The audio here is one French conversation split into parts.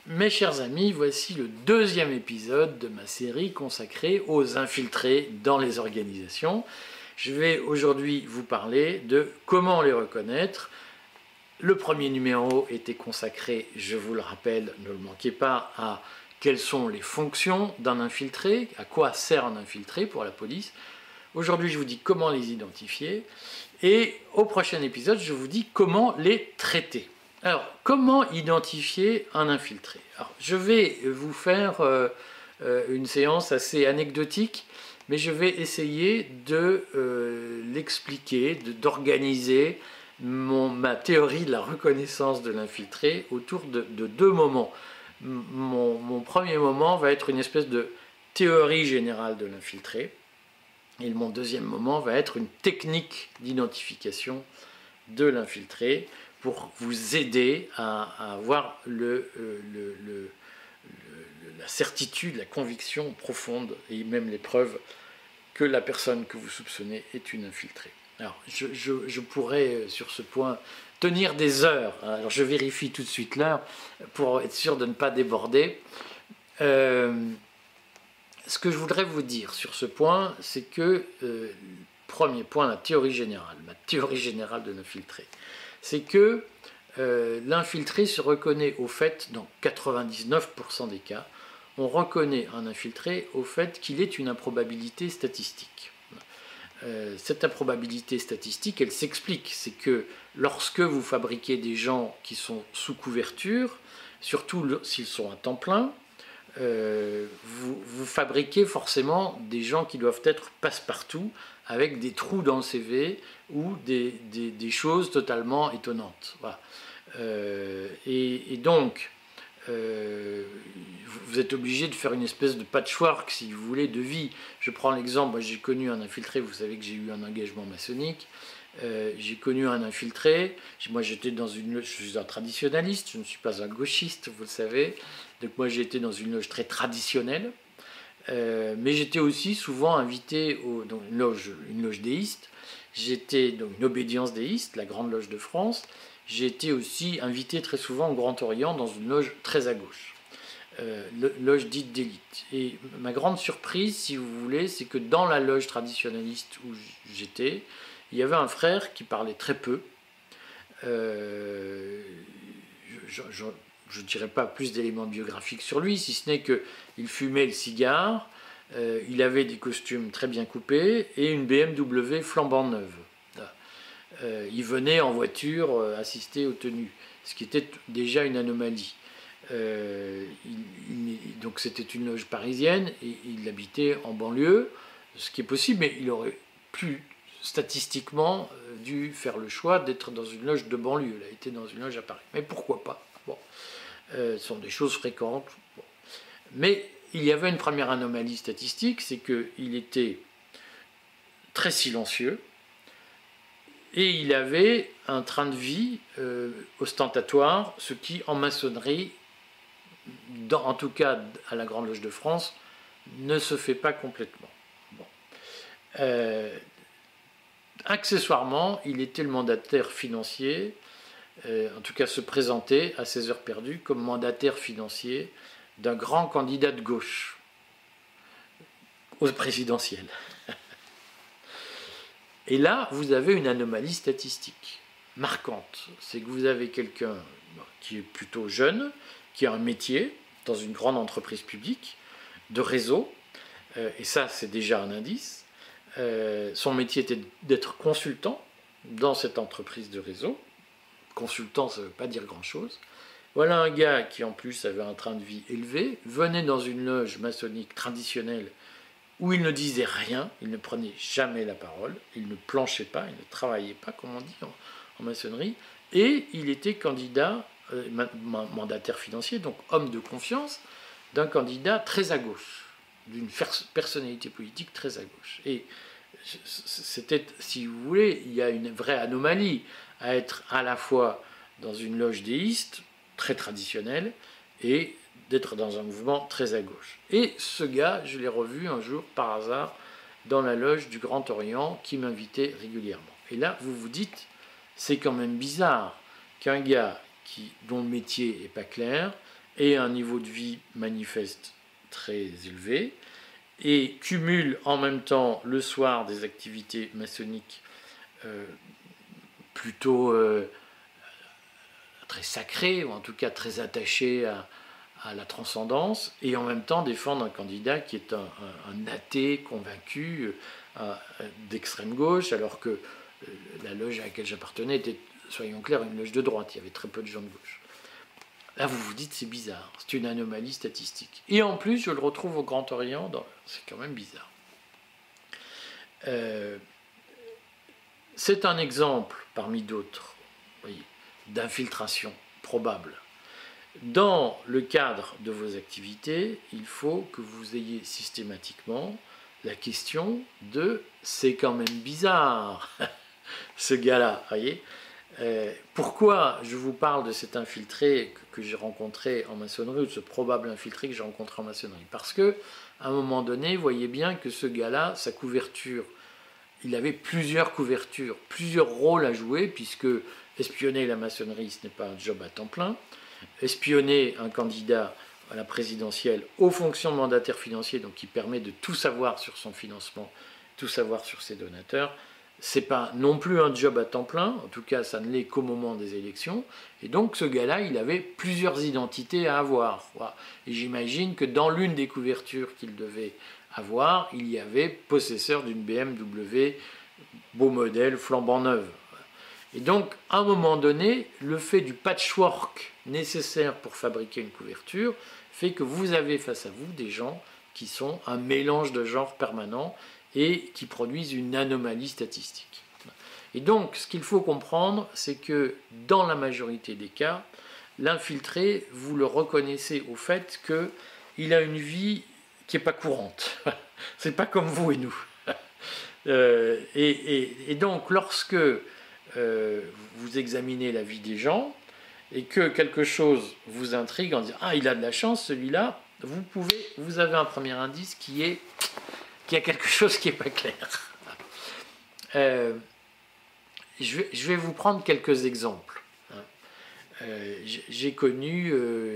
Mes chers amis, voici le deuxième épisode de ma série consacrée aux infiltrés dans les organisations. Je vais aujourd'hui vous parler de comment les reconnaître. Le premier numéro était consacré, je vous le rappelle, ne le manquez pas, à quelles sont les fonctions d'un infiltré, à quoi sert un infiltré pour la police. Aujourd'hui, je vous dis comment les identifier. Et au prochain épisode, je vous dis comment les traiter. Alors, comment identifier un infiltré? Alors, je vais vous faire une séance assez anecdotique, mais je vais essayer de l'expliquer, d'organiser ma théorie de la reconnaissance de l'infiltré autour de deux moments. Mon premier moment va être une espèce de théorie générale de l'infiltré, et mon deuxième moment va être une technique d'identification de l'infiltré, pour vous aider à avoir la certitude, la conviction profonde et même les preuves que la personne que vous soupçonnez est une infiltrée. Alors, je pourrais sur ce point tenir des heures. Alors, je vérifie tout de suite l'heure pour être sûr de ne pas déborder. Ce que je voudrais vous dire sur ce point, c'est que, premier point, la théorie générale, ma théorie générale de l'infiltré, c'est que l'infiltré se reconnaît au fait, dans 99% des cas, on reconnaît un infiltré au fait qu'il est une improbabilité statistique. Cette improbabilité statistique, elle s'explique. C'est que lorsque vous fabriquez des gens qui sont sous couverture, surtout s'ils sont à temps plein, vous fabriquez forcément des gens qui doivent être passe-partout, avec des trous dans le CV ou des choses totalement étonnantes. Voilà. Et donc, vous êtes obligé de faire une espèce de patchwork, si vous voulez, de vie. Je prends l'exemple, moi j'ai connu un infiltré, vous savez que j'ai eu un engagement maçonnique, j'ai connu un infiltré, moi j'étais dans une loge, je suis un traditionnaliste, je ne suis pas un gauchiste, vous le savez, donc moi j'ai été dans une loge très traditionnelle, mais j'étais aussi souvent invité dans une loge déiste, j'étais dans une obédience déiste, la Grande Loge de France, j'ai été aussi invité très souvent au Grand Orient dans une loge très à gauche, loge dite d'élite. Et ma grande surprise, si vous voulez, c'est que dans la loge traditionnaliste où j'étais, il y avait un frère qui parlait très peu. Je ne dirais pas plus d'éléments biographiques sur lui, si ce n'est qu'il fumait le cigare, il avait des costumes très bien coupés et une BMW flambant neuve. Il venait en voiture assister aux tenues, ce qui était déjà une anomalie. Donc c'était une loge parisienne et il habitait en banlieue, ce qui est possible, mais il aurait pu statistiquement dû faire le choix d'être dans une loge de banlieue. Il a été dans une loge à Paris. Mais pourquoi pas? Bon, ce sont des choses fréquentes. Bon. Mais il y avait une première anomalie statistique, c'est qu'il était très silencieux et il avait un train de vie ostentatoire, ce qui en maçonnerie, en tout cas à la Grande Loge de France, ne se fait pas complètement. Bon. Accessoirement, il était le mandataire financier, en tout cas se présentait à ses heures perdues comme mandataire financier d'un grand candidat de gauche au présidentiel. Et là, vous avez une anomalie statistique marquante. C'est que vous avez quelqu'un qui est plutôt jeune, qui a un métier dans une grande entreprise publique, de réseau, et ça c'est déjà un indice. Son métier était d'être consultant dans cette entreprise de réseau. Consultant, ça ne veut pas dire grand-chose. Voilà un gars qui en plus avait un train de vie élevé, venait dans une loge maçonnique traditionnelle où il ne disait rien, il ne prenait jamais la parole, il ne planchait pas, il ne travaillait pas, comme on dit en maçonnerie, et il était candidat, mandataire financier, donc homme de confiance, d'un candidat très à gauche, d'une personnalité politique très à gauche. Et c'était, si vous voulez, il y a une vraie anomalie à être à la fois dans une loge déiste, très traditionnelle, et d'être dans un mouvement très à gauche. Et ce gars, je l'ai revu un jour par hasard dans la loge du Grand Orient qui m'invitait régulièrement. Et là, vous vous dites, c'est quand même bizarre qu'un gars dont le métier n'est pas clair et un niveau de vie manifeste très élevé, et cumule en même temps le soir des activités maçonniques plutôt très sacrées, ou en tout cas très attachées à la transcendance, et en même temps défendre un candidat qui est un athée convaincu d'extrême gauche, alors que la loge à laquelle j'appartenais était, soyons clairs, une loge de droite, il y avait très peu de gens de gauche. Là, vous vous dites, c'est bizarre, c'est une anomalie statistique. Et en plus, je le retrouve au Grand Orient, c'est quand même bizarre. C'est un exemple, parmi d'autres, d'infiltration probable. Dans le cadre de vos activités, il faut que vous ayez systématiquement la question de « c'est quand même bizarre, ce gars-là », voyez. Pourquoi je vous parle de cet infiltré que j'ai rencontré en maçonnerie, ou de ce probable infiltré que j'ai rencontré en maçonnerie? Parce que, à un moment donné, vous voyez bien que ce gars-là, sa couverture, il avait plusieurs couvertures, plusieurs rôles à jouer, puisque espionner la maçonnerie, ce n'est pas un job à temps plein. Espionner un candidat à la présidentielle aux fonctions de mandataire financier, donc qui permet de tout savoir sur son financement, tout savoir sur ses donateurs, c'est pas non plus un job à temps plein, en tout cas ça ne l'est qu'au moment des élections, et donc ce gars-là, il avait plusieurs identités à avoir. Voilà. Et j'imagine que dans l'une des couvertures qu'il devait avoir, il y avait possesseur d'une BMW, beau modèle, flambant neuve. Et donc, à un moment donné, le fait du patchwork nécessaire pour fabriquer une couverture fait que vous avez face à vous des gens qui sont un mélange de genres permanent et qui produisent une anomalie statistique. Et donc, ce qu'il faut comprendre, c'est que dans la majorité des cas, l'infiltré, vous le reconnaissez au fait qu'il a une vie qui n'est pas courante. C'est pas comme vous et nous. Et donc, lorsque vous examinez la vie des gens et que quelque chose vous intrigue en disant « Ah, il a de la chance, celui-là », vous avez un premier indice qui a quelque chose qui n'est pas clair. Je vais vous prendre quelques exemples. J'ai connu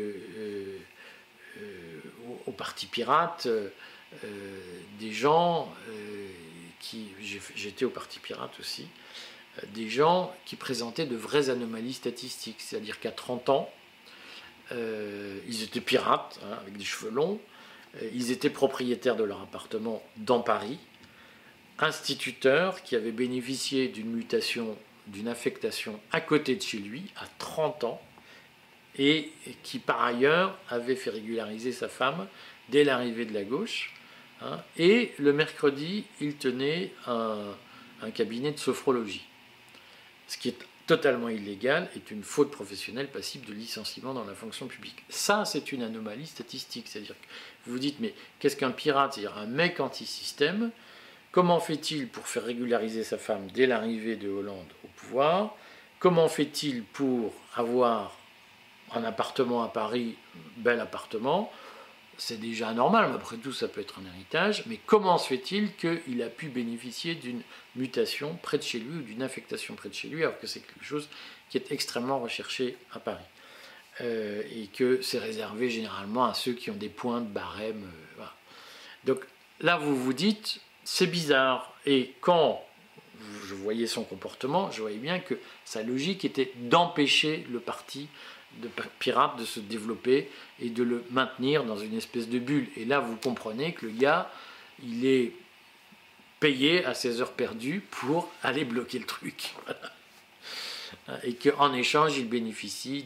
au Parti Pirate des gens j'étais au Parti Pirate aussi, des gens qui présentaient de vraies anomalies statistiques, c'est-à-dire qu'à 30 ans, ils étaient pirates, hein, avec des cheveux longs, ils étaient propriétaires de leur appartement dans Paris, instituteurs qui avaient bénéficié d'une mutation, d'une affectation à côté de chez lui, à 30 ans, et qui par ailleurs avait fait régulariser sa femme dès l'arrivée de la gauche, hein, et le mercredi, il tenait un cabinet de sophrologie. Ce qui est totalement illégal, est une faute professionnelle passible de licenciement dans la fonction publique. Ça, c'est une anomalie statistique. C'est-à-dire que vous vous dites, mais qu'est-ce qu'un pirate? C'est-à-dire un mec anti-système. Comment fait-il pour faire régulariser sa femme dès l'arrivée de Hollande au pouvoir? Comment fait-il pour avoir un appartement à Paris, bel appartement? C'est déjà anormal, mais après tout, ça peut être un héritage. Mais comment se fait-il qu'il a pu bénéficier d'une mutation près de chez lui ou d'une affectation près de chez lui, alors que c'est quelque chose qui est extrêmement recherché à Paris et que c'est réservé généralement à ceux qui ont des points de barème. Voilà. Donc là, vous vous dites, c'est bizarre. Et quand je voyais son comportement, je voyais bien que sa logique était d'empêcher le parti de pirate de se développer et de le maintenir dans une espèce de bulle. Et là, vous comprenez que le gars, il est payé à ses heures perdues pour aller bloquer le truc. Et qu'en échange, il bénéficie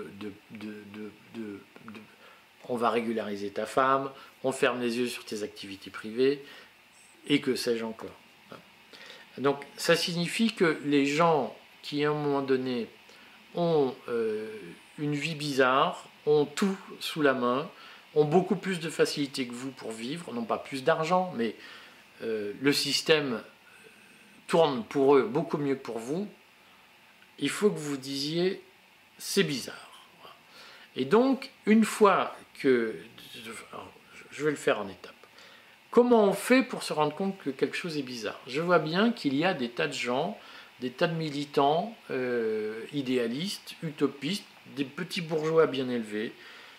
on va régulariser ta femme, on ferme les yeux sur tes activités privées, et que sais-je encore. Donc, ça signifie que les gens qui, à un moment donné, ont une vie bizarre, ont tout sous la main, ont beaucoup plus de facilité que vous pour vivre, n'ont pas plus d'argent, mais le système tourne pour eux beaucoup mieux que pour vous, il faut que vous disiez c'est bizarre. Et donc, une fois que... Alors, je vais le faire en étapes. Comment on fait pour se rendre compte que quelque chose est bizarre? Je vois bien qu'il y a des tas de gens, des tas de militants idéalistes, utopistes, des petits bourgeois bien élevés,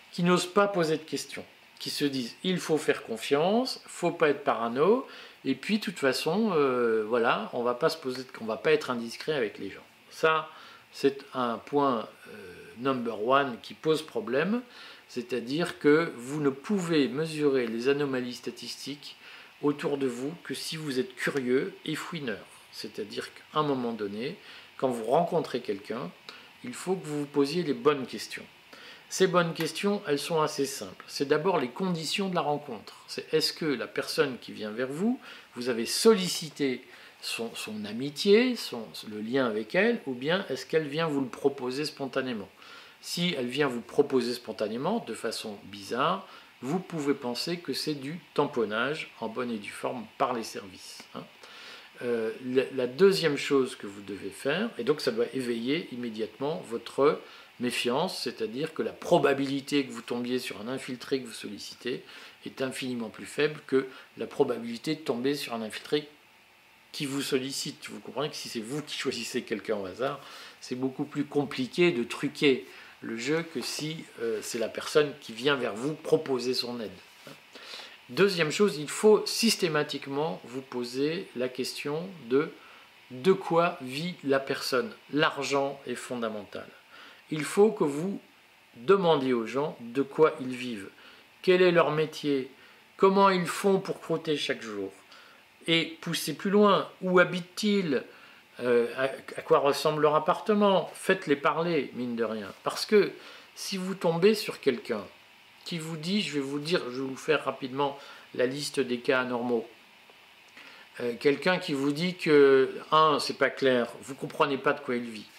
qui n'osent pas poser de questions, qui se disent il faut faire confiance, faut pas être parano, et puis de toute façon, voilà, on va pas être indiscret avec les gens. Ça, c'est un point number one qui pose problème, c'est-à-dire que vous ne pouvez mesurer les anomalies statistiques autour de vous que si vous êtes curieux et fouineur. C'est-à-dire qu'à un moment donné, quand vous rencontrez quelqu'un, il faut que vous vous posiez les bonnes questions. Ces bonnes questions, elles sont assez simples. C'est d'abord les conditions de la rencontre. C'est est-ce que la personne qui vient vers vous, vous avez sollicité son amitié, le lien avec elle, ou bien est-ce qu'elle vient vous le proposer spontanément? Si elle vient vous proposer spontanément, de façon bizarre, vous pouvez penser que c'est du tamponnage en bonne et due forme par les services. La deuxième chose que vous devez faire, et donc ça doit éveiller immédiatement votre méfiance, c'est-à-dire que la probabilité que vous tombiez sur un infiltré que vous sollicitez est infiniment plus faible que la probabilité de tomber sur un infiltré qui vous sollicite. Vous comprenez que si c'est vous qui choisissez quelqu'un au hasard, c'est beaucoup plus compliqué de truquer le jeu que si c'est la personne qui vient vers vous proposer son aide. Deuxième chose, il faut systématiquement vous poser la question de quoi vit la personne. L'argent est fondamental. Il faut que vous demandiez aux gens de quoi ils vivent, quel est leur métier, comment ils font pour croûter chaque jour. Et poussez plus loin, où habitent-ils, à quoi ressemble leur appartement, faites-les parler, mine de rien. Parce que si vous tombez sur quelqu'un qui vous dit, je vais vous faire rapidement la liste des cas anormaux. Quelqu'un qui vous dit que, c'est pas clair, vous ne comprenez pas de quoi il vit.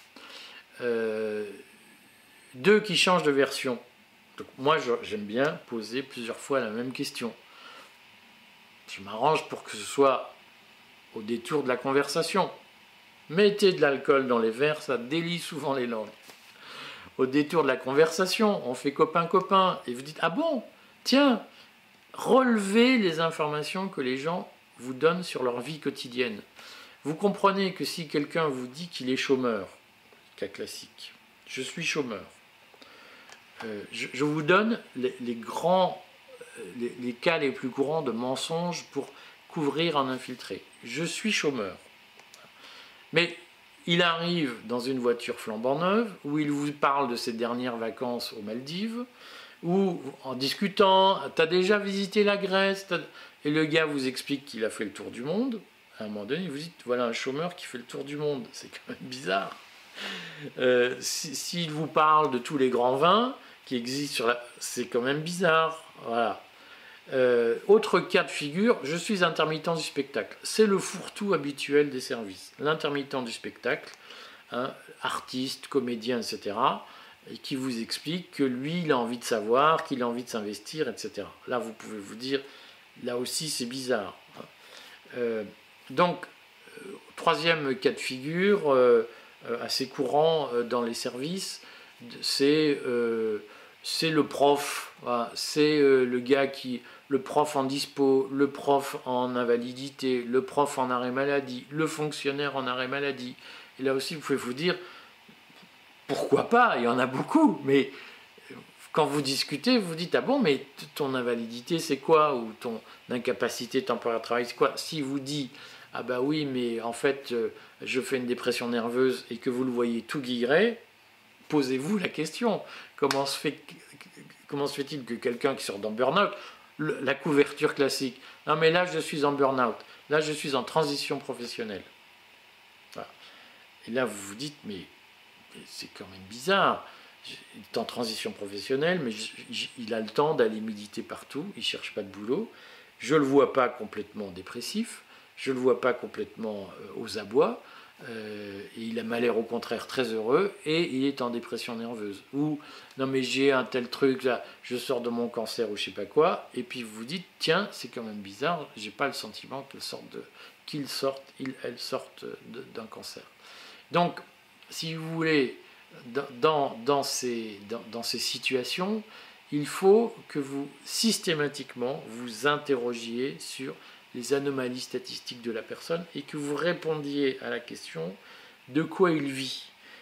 2, qui change de version. Donc, moi, j'aime bien poser plusieurs fois la même question. Je m'arrange pour que ce soit au détour de la conversation. Mettez de l'alcool dans les verres, ça délie souvent les langues. Au détour de la conversation, on fait copain-copain, et vous dites « Ah bon, tiens !» Relevez les informations que les gens vous donnent sur leur vie quotidienne. Vous comprenez que si quelqu'un vous dit qu'il est chômeur, cas classique, je suis chômeur, je vous donne les cas les plus courants de mensonges pour couvrir un infiltré. Je suis chômeur. Mais il arrive dans une voiture flambant neuve, où il vous parle de ses dernières vacances aux Maldives, ou en discutant, t'as déjà visité la Grèce, et le gars vous explique qu'il a fait le tour du monde. À un moment donné, vous dites, voilà un chômeur qui fait le tour du monde, c'est quand même bizarre. S'il vous parle de tous les grands vins qui existent c'est quand même bizarre. Voilà. Autre cas de figure, je suis intermittent du spectacle. C'est le fourre-tout habituel des services. L'intermittent du spectacle, artiste, comédien, etc., et qui vous explique que lui, il a envie de savoir, qu'il a envie de s'investir, etc. Là, vous pouvez vous dire, là aussi, c'est bizarre. Donc, troisième cas de figure, assez courant dans les services, c'est le prof, voilà, c'est le prof en dispo, le prof en invalidité, le prof en arrêt maladie, le fonctionnaire en arrêt maladie. Et là aussi, vous pouvez vous dire, pourquoi pas, il y en a beaucoup, mais quand vous discutez, vous dites, ah bon, mais ton invalidité, c'est quoi? Ou ton incapacité temporaire de travail, c'est quoi? Si vous dit, ah bah oui, mais en fait, je fais une dépression nerveuse et que vous le voyez tout guilleret, posez-vous la question. Comment se fait-il que quelqu'un qui sort d'un burn-out, la couverture classique, non mais là je suis en burn-out, là je suis en transition professionnelle. Voilà. Et là vous vous dites, mais c'est quand même bizarre. Il est en transition professionnelle, mais il a le temps d'aller méditer partout, il ne cherche pas de boulot. Je ne le vois pas complètement dépressif, je ne le vois pas complètement aux abois, et il m'a l'air au contraire très heureux, et il est en dépression nerveuse. Ou, non mais j'ai un tel truc, là, je sors de mon cancer ou je ne sais pas quoi, et puis vous vous dites, tiens, c'est quand même bizarre, je n'ai pas le sentiment qu'ils sortent d'un cancer. Donc, si vous voulez, dans ces situations, il faut que vous, systématiquement, vous interrogiez sur les anomalies statistiques de la personne et que vous répondiez à la question de quoi il vit.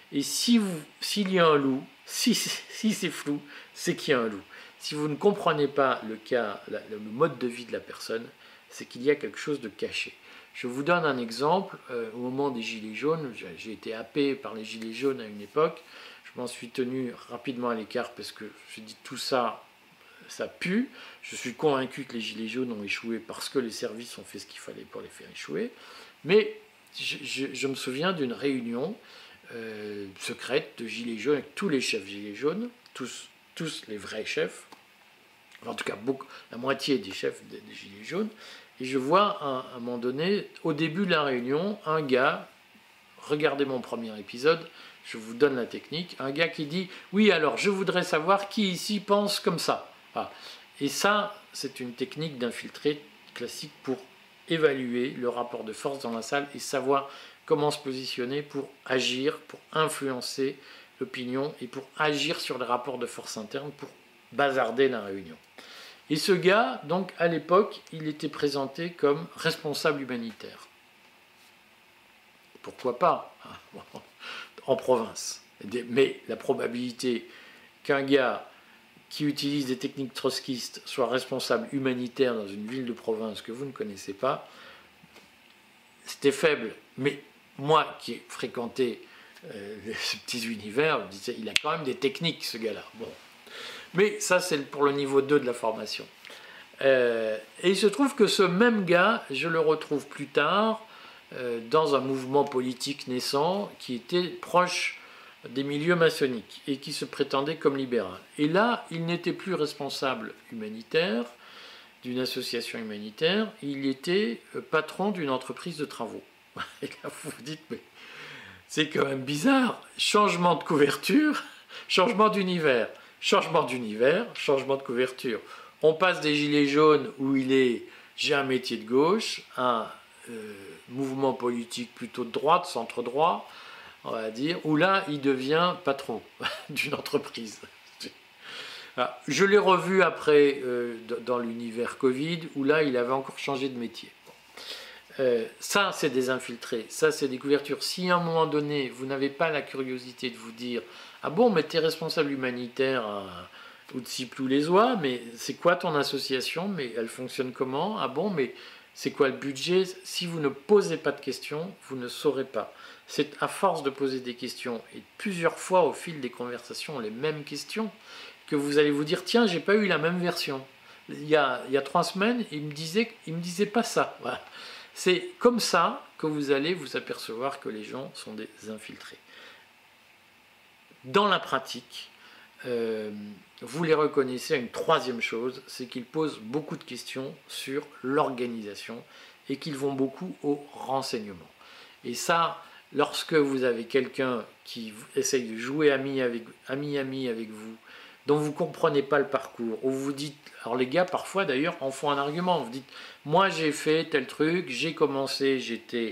Et s'il y a un loup, si c'est flou, c'est qu'il y a un loup. Si vous ne comprenez pas le mode de vie de la personne, c'est qu'il y a quelque chose de caché. Je vous donne un exemple. Au moment des Gilets jaunes, j'ai été happé par les Gilets jaunes à une époque. Je m'en suis tenu rapidement à l'écart parce que j'ai dit tout ça, ça pue. Je suis convaincu que les Gilets jaunes ont échoué parce que les services ont fait ce qu'il fallait pour les faire échouer. Mais je me souviens d'une réunion secrète de Gilets jaunes avec tous les chefs Gilets jaunes, tous les vrais chefs, en tout cas la moitié des chefs des Gilets jaunes. Et je vois à un moment donné, au début de la réunion, un gars, regardez mon premier épisode, je vous donne la technique, un gars qui dit « Oui, alors je voudrais savoir qui ici pense comme ça. » Et ça, c'est une technique d'infiltré classique pour évaluer le rapport de force dans la salle et savoir comment se positionner pour agir, pour influencer l'opinion et pour agir sur les rapports de force internes pour bazarder la réunion. Et ce gars, donc à l'époque, il était présenté comme responsable humanitaire. Pourquoi pas en province. Mais la probabilité qu'un gars qui utilise des techniques trotskistes soit responsable humanitaire dans une ville de province que vous ne connaissez pas, c'était faible. Mais moi qui ai fréquenté ce petit univers, je disais, il a quand même des techniques, ce gars-là. Bon. Mais ça, c'est pour le niveau 2 de la formation. Et il se trouve que ce même gars, je le retrouve plus tard dans un mouvement politique naissant qui était proche des milieux maçonniques et qui se prétendait comme libéral. Et là, il n'était plus responsable humanitaire d'une association humanitaire, il était patron d'une entreprise de travaux. Et là, vous vous dites, mais c'est quand même bizarre, changement de couverture, changement d'univers, changement de couverture. On passe des gilets jaunes où il est « j'ai un métier de gauche » à mouvement politique plutôt de droite, centre-droit, on va dire, où là, il devient patron d'une entreprise. Je l'ai revu après dans l'univers Covid, où là, il avait encore changé de métier. Ça, c'est des infiltrés, ça, c'est des couvertures. Si à un moment donné, vous n'avez pas la curiosité de vous dire « Ah bon, mais t'es responsable humanitaire ou de Ciplou-les-Oies, mais c'est quoi ton association? Mais elle fonctionne comment? Ah bon, mais c'est quoi le budget ?» Si vous ne posez pas de questions, vous ne saurez pas. C'est à force de poser des questions, et plusieurs fois au fil des conversations, les mêmes questions, que vous allez vous dire « Tiens, j'ai pas eu la même version. Il y a 3 semaines, il me disait pas ça. » Voilà. C'est comme ça que vous allez vous apercevoir que les gens sont des infiltrés. Dans la pratique, vous les reconnaissez à une troisième chose, c'est qu'ils posent beaucoup de questions sur l'organisation et qu'ils vont beaucoup au renseignement. Et ça, lorsque vous avez quelqu'un qui essaye de jouer ami avec vous, dont vous ne comprenez pas le parcours, où vous dites, alors les gars parfois d'ailleurs en font un argument, vous dites, moi j'ai fait tel truc, j'ai commencé, j'étais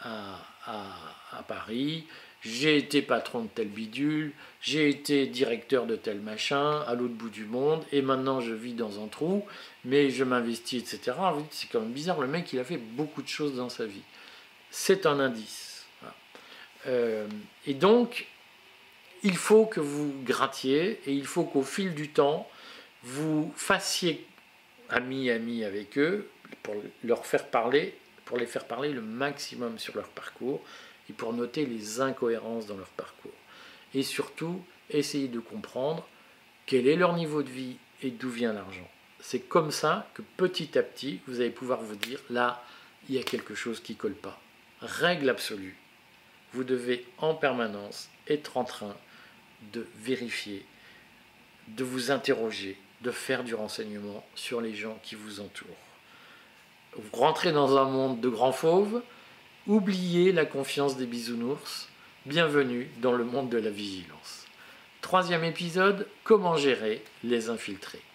à Paris, j'ai été patron de tel bidule, j'ai été directeur de tel machin à l'autre bout du monde, et maintenant je vis dans un trou, mais je m'investis, etc. Vous dites, c'est quand même bizarre, le mec il a fait beaucoup de choses dans sa vie. C'est un indice. Voilà. Et donc, il faut que vous grattiez et il faut qu'au fil du temps, vous fassiez ami avec eux pour les faire parler le maximum sur leur parcours et pour noter les incohérences dans leur parcours. Et surtout, essayez de comprendre quel est leur niveau de vie et d'où vient l'argent. C'est comme ça que petit à petit, vous allez pouvoir vous dire, là, il y a quelque chose qui ne colle pas. Règle absolue, vous devez en permanence être en train de vérifier, de vous interroger, de faire du renseignement sur les gens qui vous entourent. Vous rentrez dans un monde de grands fauves, oubliez la confiance des bisounours, bienvenue dans le monde de la vigilance. 3e épisode, comment gérer les infiltrés.